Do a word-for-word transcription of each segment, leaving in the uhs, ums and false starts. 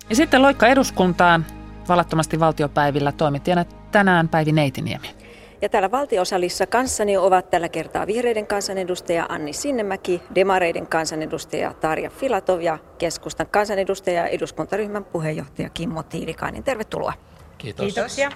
Ja sitten loikka eduskuntaan vallattomasti valtiopäivillä toimittajana tänään Päivi Neitiniemi. Ja täällä valtiosalissa kanssani ovat tällä kertaa vihreiden kansanedustaja Anni Sinnemäki, demareiden kansanedustaja Tarja Filatov ja keskustan kansanedustaja ja eduskuntaryhmän puheenjohtaja Kimmo Tiilikainen. Tervetuloa. Kiitos. Kiitoksia.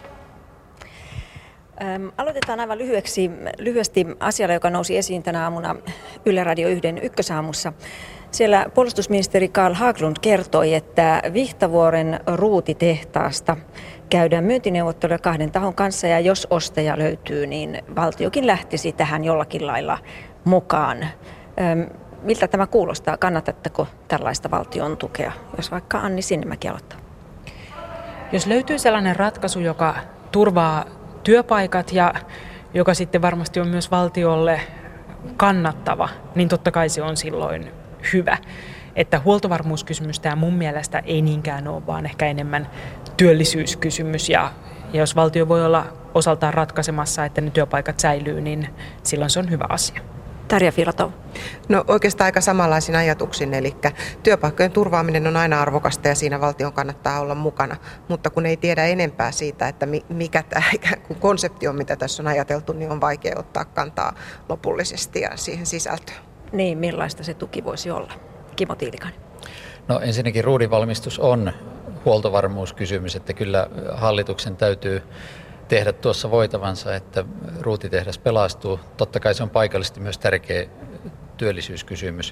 Ähm, aloitetaan aivan lyhyeksi, lyhyesti asialla, joka nousi esiin tänä aamuna Yle Radio yhden ykkösaamussa. Siellä puolustusministeri Carl Haglund kertoi, että Vihtavuoren ruutitehtaasta käydään myyntineuvotteluja kahden tahon kanssa ja jos ostaja löytyy, niin valtiokin lähtisi tähän jollakin lailla mukaan. Ähm, miltä tämä kuulostaa? Kannatatteko tällaista valtion tukea, jos vaikka Anni Sinnemäki aloittaa? Jos löytyy sellainen ratkaisu, joka turvaa työpaikat ja joka sitten varmasti on myös valtiolle kannattava, niin totta kai se on silloin hyvä. Että huoltovarmuuskysymys tämä mun mielestä ei niinkään ole, vaan ehkä enemmän työllisyyskysymys. Ja, ja jos valtio voi olla osaltaan ratkaisemassa, että ne työpaikat säilyy, niin silloin se on hyvä asia. Tarja Filatov. No oikeastaan aika samanlaisin ajatuksin, eli työpaikkojen turvaaminen on aina arvokasta ja siinä valtion kannattaa olla mukana, mutta kun ei tiedä enempää siitä, että mikä tämä ikään kuin konsepti on, mitä tässä on ajateltu, niin on vaikea ottaa kantaa lopullisesti ja siihen sisältöön. Niin, millaista se tuki voisi olla? Kimmo Tiilikainen. No ensinnäkin ruudinvalmistus on huoltovarmuuskysymys, että kyllä hallituksen täytyy tehdä tuossa voitavansa, että ruutitehdas pelastuu. Totta kai se on paikallisesti myös tärkeä työllisyyskysymys.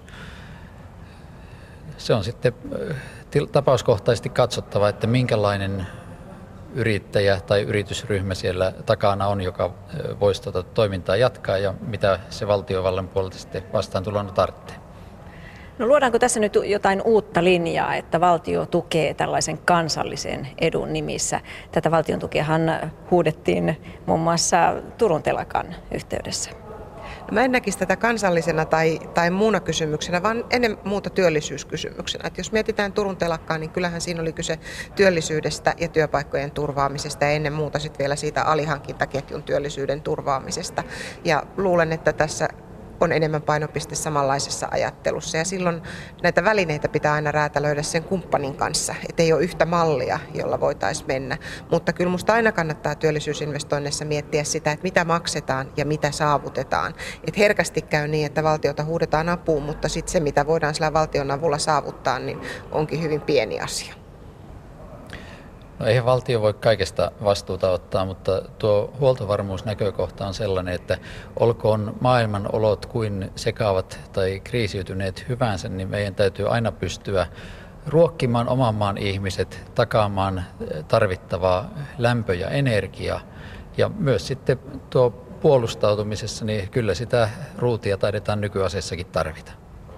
Se on sitten tapauskohtaisesti katsottava, että minkälainen yrittäjä tai yritysryhmä siellä takana on, joka voisi tuota toimintaa jatkaa ja mitä se valtiovallan puolelta sitten vastaantulona tarvitsee. No luodaanko tässä nyt jotain uutta linjaa, että valtio tukee tällaisen kansallisen edun nimissä? Tätä valtion tukeahan huudettiin muun muassa Turun telakan yhteydessä. No mä en näkisi tätä kansallisena tai, tai muuna kysymyksenä, vaan ennen muuta työllisyyskysymyksenä. Et jos mietitään Turun telakkaa, niin kyllähän siinä oli kyse työllisyydestä ja työpaikkojen turvaamisesta ja ennen muuta sitten vielä siitä alihankintaketjun työllisyyden turvaamisesta. Ja luulen, että tässä on enemmän painopiste samanlaisessa ajattelussa ja silloin näitä välineitä pitää aina räätälöidä sen kumppanin kanssa, ettei ole yhtä mallia, jolla voitaisiin mennä. Mutta kyllä musta aina kannattaa työllisyysinvestoinneissa miettiä sitä, että mitä maksetaan ja mitä saavutetaan. Et herkästi käy niin, että valtiota huudetaan apuun, mutta sitten se, mitä voidaan sillä valtion avulla saavuttaa, niin onkin hyvin pieni asia. No eihän valtio voi kaikesta vastuuta ottaa, mutta tuo huoltovarmuusnäkökohta on sellainen, että olkoon maailman olot kuin sekaavat tai kriisiytyneet hyvänsä, niin meidän täytyy aina pystyä ruokkimaan oman maan ihmiset, takaamaan tarvittavaa lämpö ja energia. Ja myös sitten tuo puolustautumisessa, niin kyllä sitä ruutia taidetaan nykyaseessakin tarvita.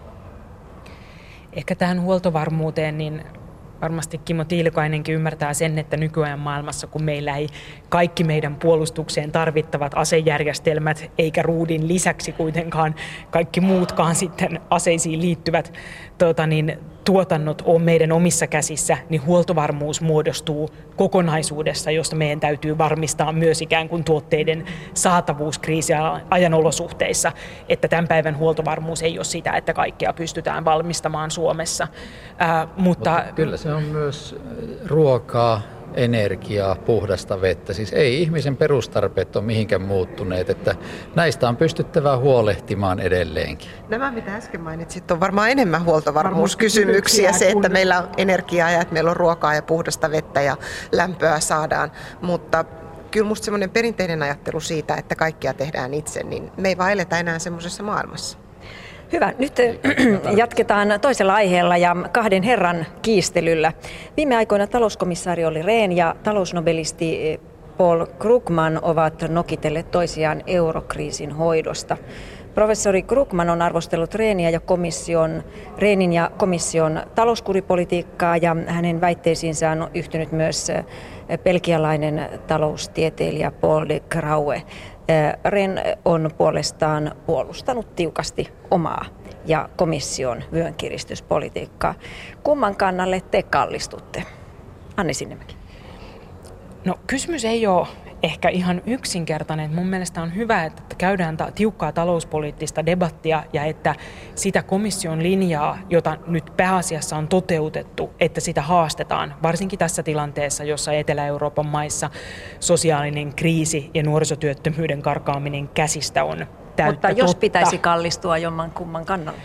Ehkä tähän huoltovarmuuteen, niin varmasti Kimmo Tiilikainenkin ymmärtää sen, että nykyajan maailmassa, kun meillä ei kaikki meidän puolustukseen tarvittavat asejärjestelmät, eikä ruudin lisäksi kuitenkaan kaikki muutkaan sitten aseisiin liittyvät tuota, niin, tuotannot on meidän omissa käsissä, niin huoltovarmuus muodostuu kokonaisuudessa, josta meidän täytyy varmistaa myös ikään kuin tuotteiden saatavuus kriisiajan olosuhteissa, että tämän päivän huoltovarmuus ei ole sitä, että kaikkea pystytään valmistamaan Suomessa. Ää, mutta, mutta kyllä se on myös ruokaa, energiaa, puhdasta vettä. Siis ei ihmisen perustarpeet ole mihinkään muuttuneet, että näistä on pystyttävä huolehtimaan edelleenkin. Nämä, mitä äsken mainitsit, on varmaan enemmän huoltovarmuuskysymyksiä. Se, että meillä on energiaa ja että meillä on ruokaa ja puhdasta vettä ja lämpöä saadaan, mutta kyllä musta semmoinen perinteinen ajattelu siitä, että kaikkia tehdään itse, niin me ei vaan eletä enää semmoisessa maailmassa. Hyvä. Nyt jatketaan toisella aiheella ja kahden herran kiistelyllä. Viime aikoina talouskomissaari Olli Rehn ja talousnobelisti Paul Krugman ovat nokitelleet toisiaan eurokriisin hoidosta. Professori Krugman on arvostellut Rehniä ja komission, Rehnin ja komission talouskuripolitiikkaa ja hänen väitteisiinsä on yhtynyt myös belgialainen taloustieteilijä Paul de Grauwe. Rehn on puolestaan puolustanut tiukasti omaa ja komission vyönkiristyspolitiikkaa. Kumman kannalle te kallistutte? Anni Sinnemäki. No kysymys ei ole ehkä ihan yksinkertainen. Mun mielestä on hyvä, että käydään ta- tiukkaa talouspoliittista debattia ja että sitä komission linjaa, jota nyt pääasiassa on toteutettu, että sitä haastetaan, varsinkin tässä tilanteessa, jossa Etelä-Euroopan maissa sosiaalinen kriisi ja nuorisotyöttömyyden karkaaminen käsistä on täyttä Mutta jos totta. pitäisi kallistua jomman kumman kannalle?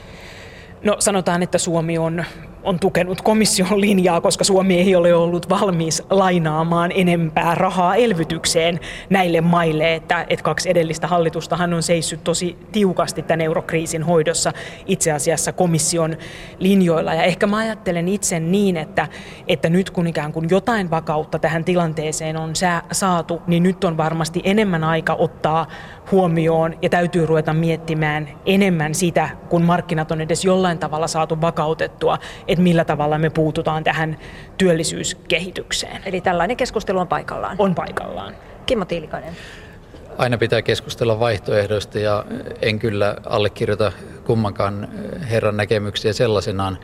No sanotaan, että Suomi on, on tukenut komission linjaa, koska Suomi ei ole ollut valmis lainaamaan enempää rahaa elvytykseen näille maille, että, että kaksi edellistä hallitustahan on seissyt tosi tiukasti tämän eurokriisin hoidossa itse asiassa komission linjoilla. Ja ehkä mä ajattelen itse niin, että, että nyt kun ikään kuin jotain vakautta tähän tilanteeseen on saatu, niin nyt on varmasti enemmän aika ottaa huomioon ja täytyy ruveta miettimään enemmän sitä, kun markkinat on edes jollain tavalla saatu vakautettua, että millä tavalla me puututaan tähän työllisyyskehitykseen. Eli tällainen keskustelu on paikallaan. On paikallaan. Kimmo Tiilikainen. Aina pitää keskustella vaihtoehdoista ja en kyllä allekirjoita kummankaan herran näkemyksiä sellaisenaan.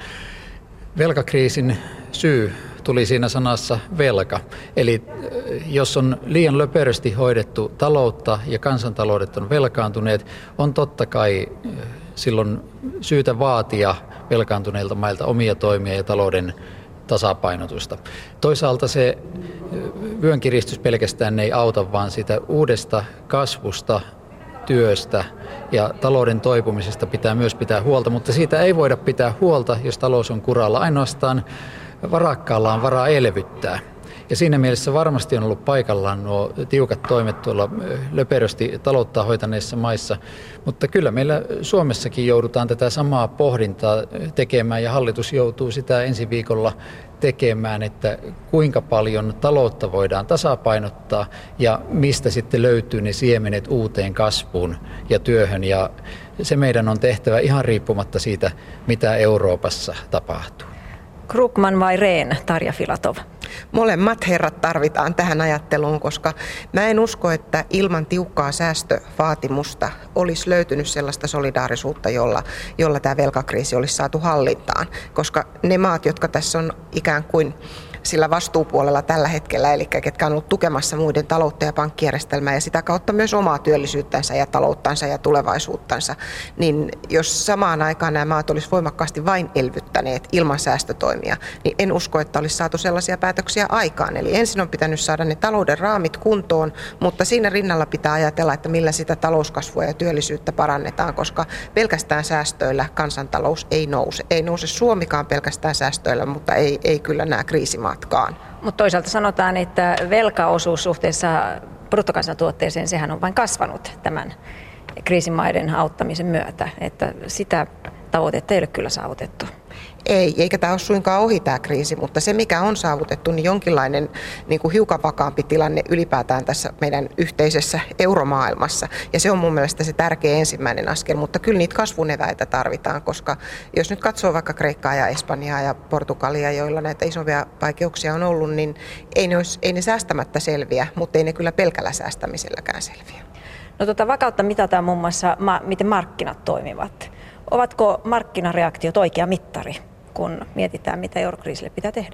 Velkakriisin syy tuli siinä sanassa velka. Eli jos on liian löperösti hoidettu taloutta ja kansantaloudet on velkaantuneet, on totta kai silloin syytä vaatia velkaantuneilta mailta omia toimia ja talouden tasapainotusta. Toisaalta se vyönkiristys pelkästään ei auta, vaan sitä uudesta kasvusta, työstä ja talouden toipumisesta pitää myös pitää huolta, mutta siitä ei voida pitää huolta, jos talous on kuralla. Ainoastaan varakkaalla on varaa elvyttää. Ja siinä mielessä varmasti on ollut paikallaan nuo tiukat toimet tuolla löperösti taloutta hoitaneissa maissa, mutta kyllä meillä Suomessakin joudutaan tätä samaa pohdintaa tekemään ja hallitus joutuu sitä ensi viikolla tekemään, että kuinka paljon taloutta voidaan tasapainottaa ja mistä sitten löytyy ne siemenet uuteen kasvuun ja työhön. Ja se meidän on tehtävä ihan riippumatta siitä, mitä Euroopassa tapahtuu. Krugman vai Rehn, Tarja Filatov? Molemmat herrat tarvitaan tähän ajatteluun, koska mä en usko, että ilman tiukkaa säästövaatimusta olisi löytynyt sellaista solidaarisuutta, jolla, jolla tämä velkakriisi olisi saatu hallintaan. Koska ne maat, jotka tässä on ikään kuin sillä vastuupuolella tällä hetkellä, eli ketkä on ollut tukemassa muiden taloutta ja pankkijärjestelmää ja sitä kautta myös omaa työllisyyttänsä ja talouttansa ja tulevaisuuttansa, niin jos samaan aikaan nämä maat olisi voimakkaasti vain elvyttäneet ilman säästötoimia, niin en usko, että olisi saatu sellaisia päätöksiä aikaan. Eli ensin on pitänyt saada ne talouden raamit kuntoon, mutta siinä rinnalla pitää ajatella, että millä sitä talouskasvua ja työllisyyttä parannetaan, koska pelkästään säästöillä kansantalous ei nouse. Ei nouse Suomikaan pelkästään säästöillä, mutta ei, ei kyllä nämä kriisimaat. Mutta toisaalta sanotaan, että velkaosuus suhteessa bruttokansantuotteeseen, sehän on vain kasvanut tämän kriisimaiden auttamisen myötä, että sitä tavoitetta ei ole kyllä saavutettu. Ei, eikä tämä ole suinkaan ohi tämä kriisi, mutta se mikä on saavutettu, niin jonkinlainen niin kuin hiukan vakaampi tilanne ylipäätään tässä meidän yhteisessä euromaailmassa. Ja se on mun mielestä se tärkeä ensimmäinen askel, mutta kyllä niitä kasvun eväitä tarvitaan, koska jos nyt katsoo vaikka Kreikkaa ja Espanjaa ja Portugalia, joilla näitä isompia vaikeuksia on ollut, niin ei ne, olisi, ei ne säästämättä selviä, mutta ei ne kyllä pelkällä säästämiselläkään selviä. No tuota vakautta mitataan muun muassa, ma- miten markkinat toimivat. Ovatko markkinareaktiot oikea mittari, kun mietitään, mitä eurokriisille pitää tehdä?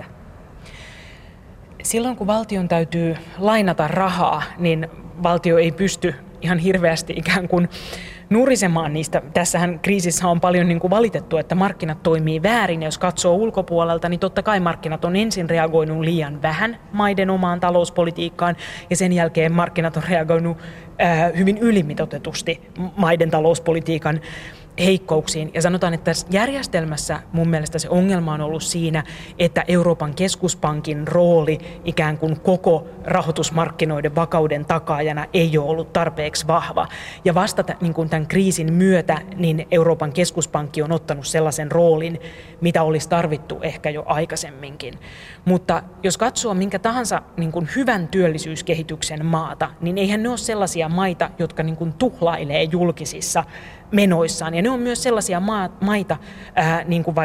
Silloin, kun valtion täytyy lainata rahaa, niin valtio ei pysty ihan hirveästi ikään kuin nurisemaan niistä. Tässähän kriisissä on paljon niin kuin valitettu, että markkinat toimii väärin. Ja jos katsoo ulkopuolelta, niin totta kai markkinat on ensin reagoinut liian vähän maiden omaan talouspolitiikkaan. Ja sen jälkeen markkinat on reagoinut äh, hyvin ylimitoitetusti maiden talouspolitiikan heikkouksiin. Ja sanotaan, että tässä järjestelmässä mun mielestä se ongelma on ollut siinä, että Euroopan keskuspankin rooli ikään kuin koko rahoitusmarkkinoiden vakauden takaajana ei ole ollut tarpeeksi vahva. Ja vasta niin kuin tämän kriisin myötä niin Euroopan keskuspankki on ottanut sellaisen roolin, mitä olisi tarvittu ehkä jo aikaisemminkin. Mutta jos katsoo minkä tahansa niin kuin hyvän työllisyyskehityksen maata, niin eihän ne ole sellaisia maita, jotka niin kuin tuhlailee julkisissa menoissaan. Ja ne on myös sellaisia maita, ää, niin kuin vaikka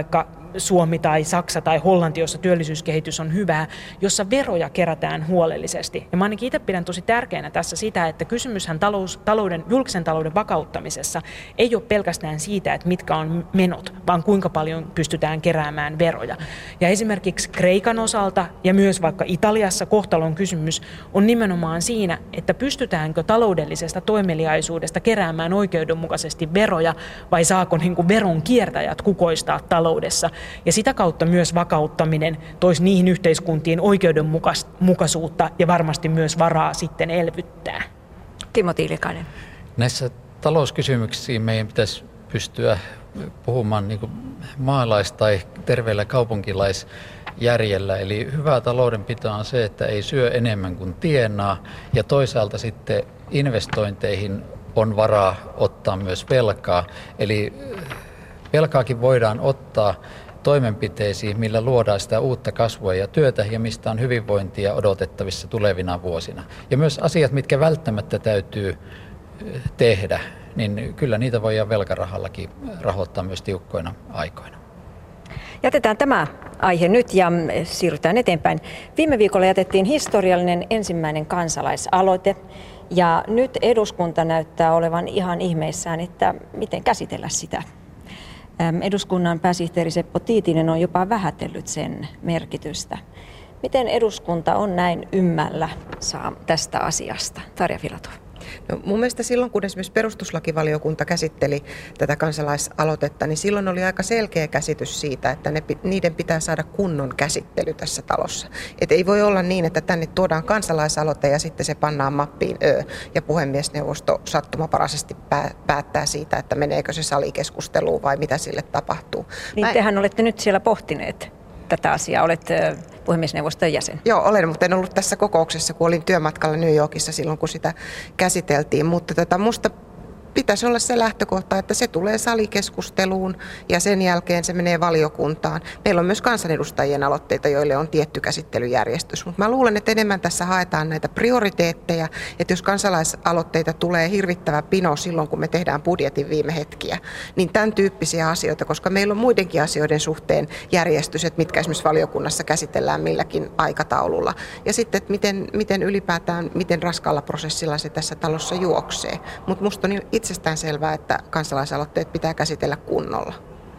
Suomi tai Saksa tai Hollanti, jossa työllisyyskehitys on hyvää, jossa veroja kerätään huolellisesti. Ja mä ainakin itse pidän tosi tärkeänä tässä sitä, että kysymyshän talous, talouden, julkisen talouden vakauttamisessa ei ole pelkästään siitä, että mitkä on menot, vaan kuinka paljon pystytään keräämään veroja. Ja esimerkiksi Kreikan osalta ja myös vaikka Italiassa kohtalon kysymys on nimenomaan siinä, että pystytäänkö taloudellisesta toimeliaisuudesta keräämään oikeudenmukaisesti veroja vai saako niin kuin veron kiertäjät kukoistaa taloudessa. Ja sitä kautta myös vakauttaminen toisi niihin yhteiskuntiin oikeudenmukaisuutta ja varmasti myös varaa sitten elvyttää. Timo Tiilikainen. Näissä talouskysymyksissä meidän pitäisi pystyä puhumaan niin kuin maalais- tai terveellä kaupunkilaisjärjellä. Eli hyvää taloudenpitoa on se, että ei syö enemmän kuin tienaa ja toisaalta sitten investointeihin on varaa ottaa myös velkaa. Eli velkaakin voidaan ottaa toimenpiteisiin, millä luodaan sitä uutta kasvua ja työtä ja mistä on hyvinvointia odotettavissa tulevina vuosina. Ja myös asiat, mitkä välttämättä täytyy tehdä, niin kyllä niitä voidaan velkarahallakin rahoittaa myös tiukkoina aikoina. Jätetään tämä aihe nyt ja siirrytään eteenpäin. Viime viikolla jätettiin historiallinen ensimmäinen kansalaisaloite ja nyt eduskunta näyttää olevan ihan ihmeissään, että miten käsitellä sitä. Eduskunnan pääsihteeri Seppo Tiitinen on jopa vähätellyt sen merkitystä. Miten eduskunta on näin ymmällä saa tästä asiasta? Tarja Filatov. No, mun mielestä silloin, kun esimerkiksi perustuslakivaliokunta käsitteli tätä kansalaisaloitetta, niin silloin oli aika selkeä käsitys siitä, että ne, niiden pitää saada kunnon käsittely tässä talossa. Et ei voi olla niin, että tänne tuodaan kansalaisaloite ja sitten se pannaan mappiin ö, ja puhemiesneuvosto sattumaparaisesti pää, päättää siitä, että meneekö se salikeskusteluun vai mitä sille tapahtuu. Niin Mä... tehän olette nyt siellä pohtineet tätä asiaa, olette puhemiesneuvoston jäsen. Joo, olen, mutta en ollut tässä kokouksessa, kun olin työmatkalla New Yorkissa silloin, kun sitä käsiteltiin. Mutta tota, musta pitäisi olla se lähtökohta, että se tulee salikeskusteluun ja sen jälkeen se menee valiokuntaan. Meillä on myös kansanedustajien aloitteita, joille on tietty käsittelyjärjestys. Mutta mä luulen, että enemmän tässä haetaan näitä prioriteetteja, että jos kansalaisaloitteita tulee hirvittävä pino silloin, kun me tehdään budjetin viime hetkiä, niin tämän tyyppisiä asioita, koska meillä on muidenkin asioiden suhteen järjestys, että mitkä esimerkiksi valiokunnassa käsitellään milläkin aikataululla. Ja sitten, että miten, miten ylipäätään, miten raskaalla prosessilla se tässä talossa juoksee. Mutta musta on itsestään selvää, että kansalaisaloitteet pitää käsitellä kunnolla.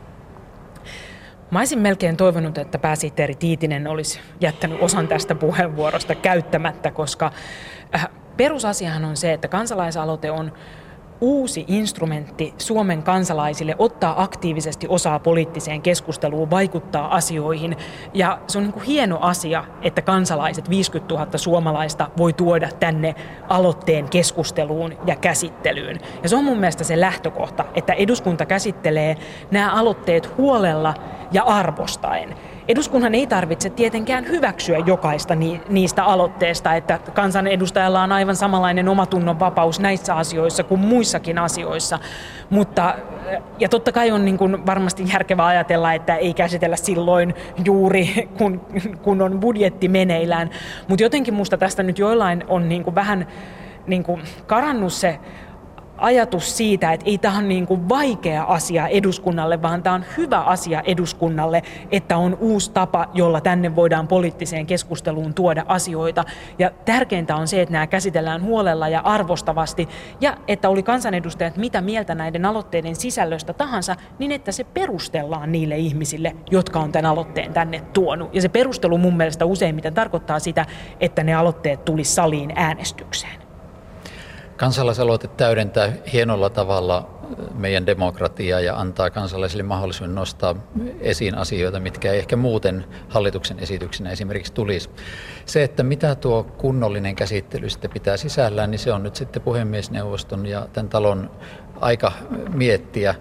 Mä olisin melkein toivonut, että pääsihteeri Tiitinen olisi jättänyt osan tästä puheenvuorosta käyttämättä, koska perusasiahan on se, että kansalaisaloite on uusi instrumentti Suomen kansalaisille ottaa aktiivisesti osaa poliittiseen keskusteluun, vaikuttaa asioihin. Ja se on niin kuin hieno asia, että kansalaiset, viisikymmentätuhatta suomalaista, voi tuoda tänne aloitteen keskusteluun ja käsittelyyn. Ja se on mun mielestä se lähtökohta, että eduskunta käsittelee nämä aloitteet huolella ja arvostaen. Eduskunnan ei tarvitse tietenkään hyväksyä jokaista niistä aloitteista, että kansanedustajalla on aivan samanlainen omatunnon vapaus näissä asioissa kuin muissakin asioissa. Mutta, ja totta kai on niin kuin varmasti järkevää ajatella, että ei käsitellä silloin juuri, kun, kun on budjetti meneillään. Mutta jotenkin musta tästä nyt joillain on niin kuin vähän niin kuin karannut se ajatus siitä, että ei tämä ole niin kuin vaikea asia eduskunnalle, vaan tämä on hyvä asia eduskunnalle, että on uusi tapa, jolla tänne voidaan poliittiseen keskusteluun tuoda asioita. Ja tärkeintä on se, että nämä käsitellään huolella ja arvostavasti, ja että oli kansanedustajat mitä mieltä näiden aloitteiden sisällöstä tahansa, niin että se perustellaan niille ihmisille, jotka on tämän aloitteen tänne tuonut. Ja se perustelu mun mielestä useimmiten tarkoittaa sitä, että ne aloitteet tulisi saliin äänestykseen. Kansalaisaloite täydentää hienolla tavalla meidän demokratiaa ja antaa kansalaisille mahdollisuuden nostaa esiin asioita, mitkä ei ehkä muuten hallituksen esityksenä esimerkiksi tulisi. Se, että mitä tuo kunnollinen käsittely sitten pitää sisällään, niin se on nyt sitten puhemiesneuvoston ja tämän talon aika miettiä.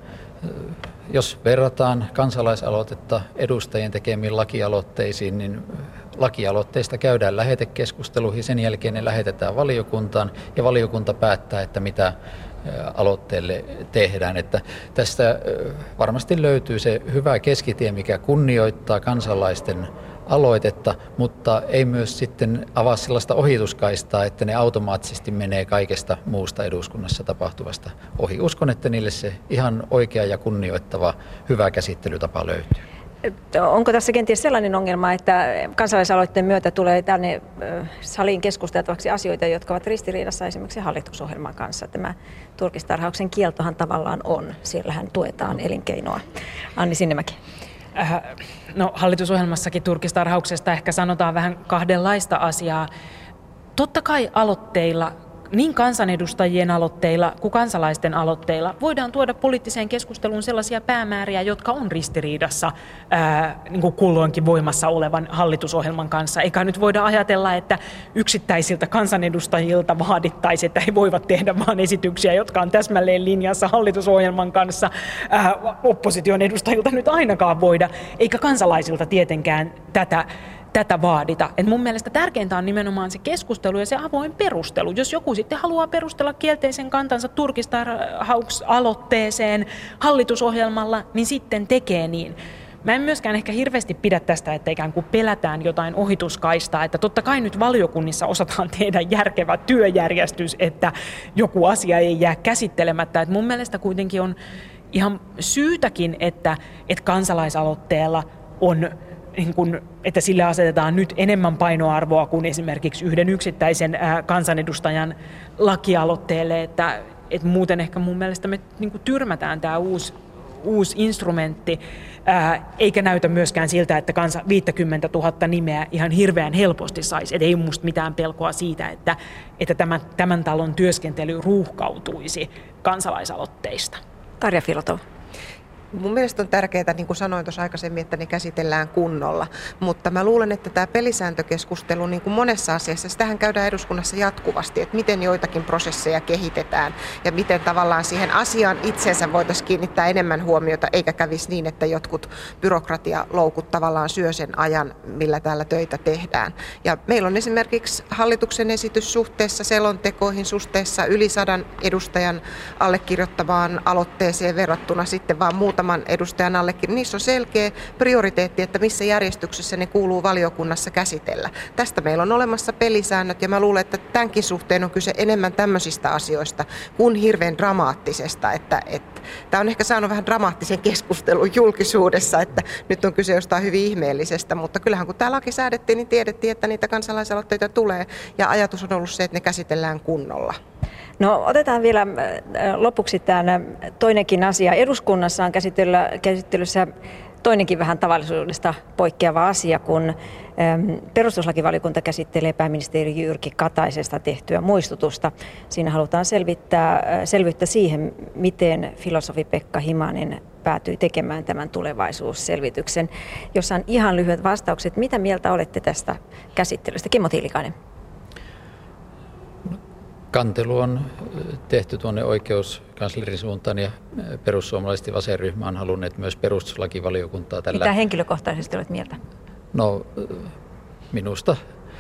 Jos verrataan kansalaisaloitetta edustajien tekemiin lakialoitteisiin, niin lakialoitteista käydään lähetekeskusteluihin, sen jälkeen ne lähetetään valiokuntaan ja valiokunta päättää, että mitä aloitteelle tehdään. Että tästä varmasti löytyy se hyvä keskitie, mikä kunnioittaa kansalaisten aloitetta, mutta ei myös sitten avaa sellaista ohituskaistaa, että ne automaattisesti menee kaikesta muusta eduskunnassa tapahtuvasta ohi. Uskon, että niille se ihan oikea ja kunnioittava hyvä käsittelytapa löytyy. Onko tässä kenties sellainen ongelma, että kansalaisaloitteen myötä tulee tänne saliin keskusteltavaksi asioita, jotka ovat ristiriidassa esimerkiksi hallitusohjelman kanssa? Tämä turkistarhauksen kieltohan tavallaan on. Siellähän tuetaan elinkeinoa. Anni Sinnemäki. Äh, no hallitusohjelmassakin turkistarhauksesta ehkä sanotaan vähän kahdenlaista asiaa. Totta kai aloitteilla, niin kansanedustajien aloitteilla kuin kansalaisten aloitteilla voidaan tuoda poliittiseen keskusteluun sellaisia päämääriä, jotka on ristiriidassa ää, niin kuin kulloinkin voimassa olevan hallitusohjelman kanssa. Eikä nyt voida ajatella, että yksittäisiltä kansanedustajilta vaadittaisiin, että he voivat tehdä vain esityksiä, jotka on täsmälleen linjassa hallitusohjelman kanssa. Ää, opposition edustajilta nyt ainakaan voida, eikä kansalaisilta tietenkään tätä tätä vaadita. Et mun mielestä tärkeintä on nimenomaan se keskustelu ja se avoin perustelu. Jos joku sitten haluaa perustella kielteisen kantansa turkistarhausaloitteeseen hallitusohjelmalla, niin sitten tekee niin. Mä en myöskään ehkä hirveästi pidä tästä, että ikään kuin pelätään jotain ohituskaistaa, että totta kai nyt valiokunnissa osataan tehdä järkevä työjärjestys, että joku asia ei jää käsittelemättä. Et mun mielestä kuitenkin on ihan syytäkin, että, että kansalaisaloitteella on niin kun, että sille asetetaan nyt enemmän painoarvoa kuin esimerkiksi yhden yksittäisen ää, kansanedustajan lakialoitteelle, että, että muuten ehkä mun mielestä me niin kun tyrmätään tämä uusi, uusi instrumentti, ää, eikä näytä myöskään siltä, että kansa viisikymmentätuhatta nimeä ihan hirveän helposti saisi. Et ei musta mitään pelkoa siitä, että, että tämän, tämän talon työskentely ruuhkautuisi kansalaisaloitteista. Tarja Filatov. Mun mielestä on tärkeää, niin kuin sanoin tuossa aikaisemmin, että ne käsitellään kunnolla, mutta mä luulen, että tämä pelisääntökeskustelu niin kuin monessa asiassa, sitähän käydään eduskunnassa jatkuvasti, että miten joitakin prosesseja kehitetään ja miten tavallaan siihen asiaan itsensä voitaisiin kiinnittää enemmän huomiota, eikä kävisi niin, että jotkut byrokratialoukut tavallaan syö sen ajan, millä täällä töitä tehdään. Ja meillä on esimerkiksi hallituksen esitys suhteessa selontekoihin, suhteessa yli sadan edustajan allekirjoittamaan aloitteeseen verrattuna sitten vaan muuta edustajan allekin. Niissä on selkeä prioriteetti, että missä järjestyksessä ne kuuluu valiokunnassa käsitellä. Tästä meillä on olemassa pelisäännöt ja mä luulen, että tämänkin suhteen on kyse enemmän tämmöisistä asioista kuin hirveän dramaattisesta. Että, että, tämä on ehkä saanut vähän dramaattisen keskustelun julkisuudessa, että nyt on kyse jostain hyvin ihmeellisestä, mutta kyllähän kun tämä laki säädettiin, niin tiedettiin, että niitä kansalaisaloitteita tulee ja ajatus on ollut se, että ne käsitellään kunnolla. No otetaan vielä lopuksi tämä toinenkin asia. Eduskunnassa on käsittelyssä toinenkin vähän tavallisuudesta poikkeava asia, kun perustuslakivaliokunta käsittelee pääministeri Jyrki Kataisesta tehtyä muistutusta. Siinä halutaan selvittää, selvittää siihen, miten filosofi Pekka Himanen päätyi tekemään tämän tulevaisuusselvityksen. Jossa on ihan lyhyet vastaukset. Mitä mieltä olette tästä käsittelystä? Kimmo Tiilikainen. Kantelu on tehty tuonne oikeuskanslerin suuntaan ja perussuomalaiset vasenryhmä on halunneet myös perustuslakivaliokuntaa tällä. Mitä henkilökohtaisesti olet mieltä? No minusta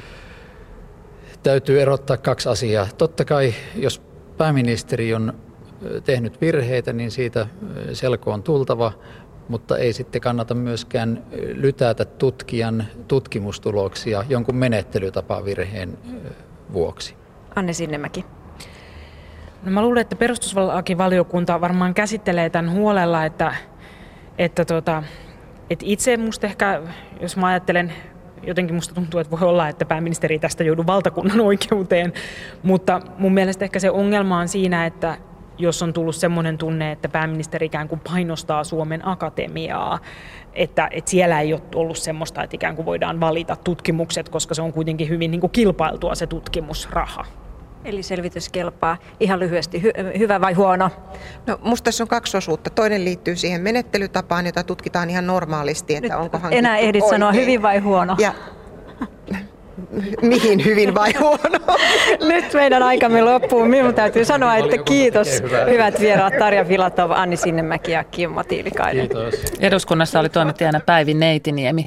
täytyy erottaa kaksi asiaa. Totta kai jos pääministeri on tehnyt virheitä, niin siitä selko on tultava, mutta ei sitten kannata myöskään lytätä tutkijan tutkimustuloksia jonkun menettelytapavirheen vuoksi. Anne Sinnemäki. No mä luulen, että perustuslakivaliokunta varmaan käsittelee tämän huolella, että, että, tota, että itse musta ehkä, jos mä ajattelen, jotenkin musta tuntuu, että voi olla, että pääministeri tästä joudu valtakunnan oikeuteen, mutta mun mielestä ehkä se ongelma on siinä, että jos on tullut semmoinen tunne, että pääministeri ikään kuin painostaa Suomen Akatemiaa, että, että siellä ei ole ollut semmoista, että ikään kuin voidaan valita tutkimukset, koska se on kuitenkin hyvin niin kuin kilpailtua se tutkimusraha. Eli selvitys kelpaa. Ihan lyhyesti, hy- hyvä vai huono? No, musta tässä on kaksi osuutta. Toinen liittyy siihen menettelytapaan, jota tutkitaan ihan normaalisti, että nyt onko hankittu enää ehdit oikein. Sanoa hyvin vai huono? Ja mihin hyvin vai huono? Nyt meidän aikamme loppuu. Minun täytyy sanoa, että kiitos hyvät vieraat Tarja Filatov, Anni Sinnemäki ja Kimmo Tiilikainen. Kiitos. Eduskunnassa oli toimittajana Päivi Neitiniemi.